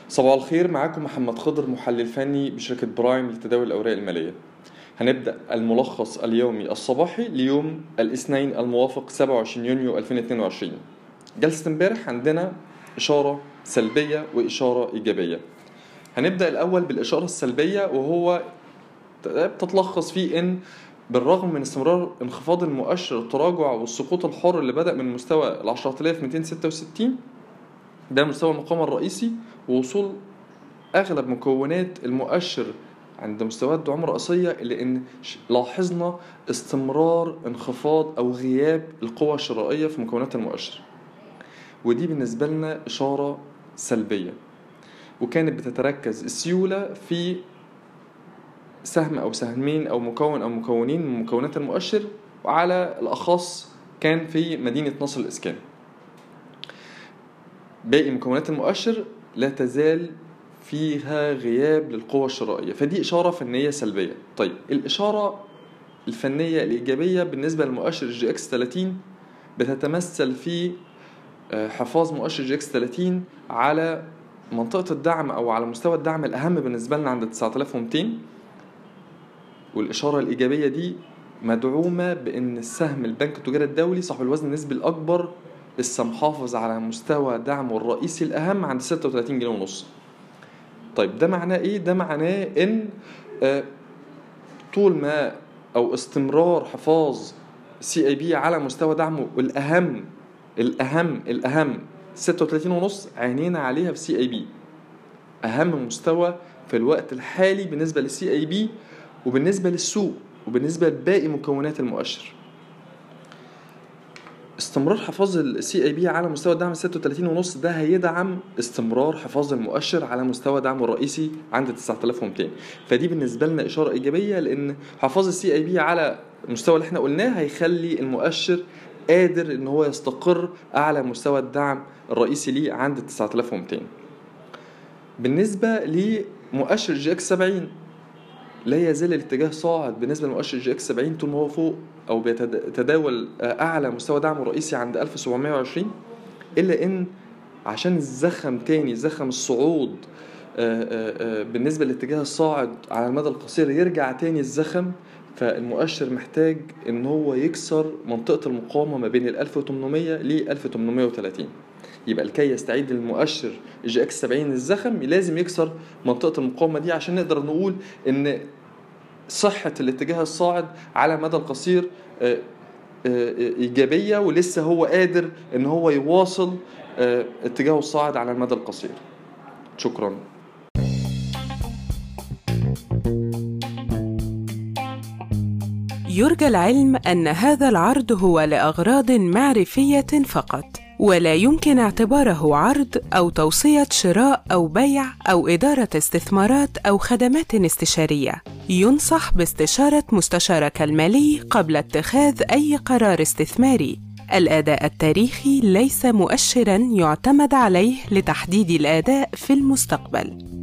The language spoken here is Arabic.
صباح الخير، معاكم محمد خضر، محلل فني بشركة برايم لتداول الأوراق المالية. هنبدأ الملخص اليومي الصباحي ليوم الاثنين الموافق 27 يونيو 2022. جلسة امبارح عندنا إشارة سلبية وإشارة إيجابية. هنبدأ الأول بالإشارة السلبية، وهو تتلخص في إن بالرغم من استمرار انخفاض المؤشر، التراجع والسقوط الحر اللي بدأ من مستوى 10266، ده مستوى المقاومة الرئيسي، ووصول أغلب مكونات المؤشر عند مستويات دعم رئيسية، لأن لاحظنا استمرار انخفاض أو غياب القوة الشرائية في مكونات المؤشر، ودي بالنسبة لنا إشارة سلبية. وكانت بتتركز السيولة في سهم أو سهمين أو مكون أو مكونين من مكونات المؤشر، وعلى الأخص كان في مدينة نصر الإسكان. باقي مكونات المؤشر لا تزال فيها غياب للقوة الشرائية، فدي إشارة فنية سلبية. طيب، الإشارة الفنية الإيجابية بالنسبة للمؤشر GX 30 بتتمثل في حفاظ مؤشر GX 30 على منطقة الدعم أو على مستوى الدعم الأهم بالنسبة لنا عند 9200. والإشارة الإيجابية دي مدعومة بأن السهم البنك التجاري الدولي صاحب الوزن النسبي الأكبر لسه محافظ على مستوى دعمه الرئيسي الأهم عند 36 جنيه ونص. طيب، ده معناه إيه؟ ده معناه إن طول ما أو استمرار حفاظ CIB على مستوى دعمه الأهم 36 ونص، عينينا عليها في CIB أهم مستوى في الوقت الحالي بالنسبة للCIB وبالنسبة للسوق وبالنسبة لباقي مكونات المؤشر. استمرار حفاظ CIB على مستوى الدعم 36 ونص ده هيدعم استمرار حفاظ المؤشر على مستوى دعمه الرئيسي عند 9200. فدي بالنسبة لنا إشارة إيجابية، لأن حفاظ CIB على المستوى اللي احنا قلناه هيخلي المؤشر قادر ان هو يستقر أعلى مستوى الدعم الرئيسي ليه عند 9200. بالنسبة لمؤشر GX 70 لا يزال الاتجاه صاعد بالنسبة لمؤشر GX 70 طول ما هو فوق أو بيتداول أعلى مستوى دعمه الرئيسي عند 1720، إلا إن عشان زخم الصعود بالنسبة للاتجاه الصاعد على المدى القصير يرجع تاني الزخم، فالمؤشر محتاج إن هو يكسر منطقة المقاومة ما بين 1800 ل 1830. يبقى لكي يستعيد المؤشر GX 70 الزخم لازم يكسر منطقة المقاومة دي، عشان نقدر نقول إن صحة الاتجاه الصاعد على مدى القصير إيجابية، ولسه هو قادر إن هو يواصل اتجاهه الصاعد على المدى القصير. شكرا. يرجى العلم أن هذا العرض هو لأغراض معرفية فقط، ولا يمكن اعتباره عرض أو توصية شراء أو بيع أو إدارة استثمارات أو خدمات استشارية. ينصح باستشارة مستشارك المالي قبل اتخاذ أي قرار استثماري. الأداء التاريخي ليس مؤشراً يعتمد عليه لتحديد الأداء في المستقبل.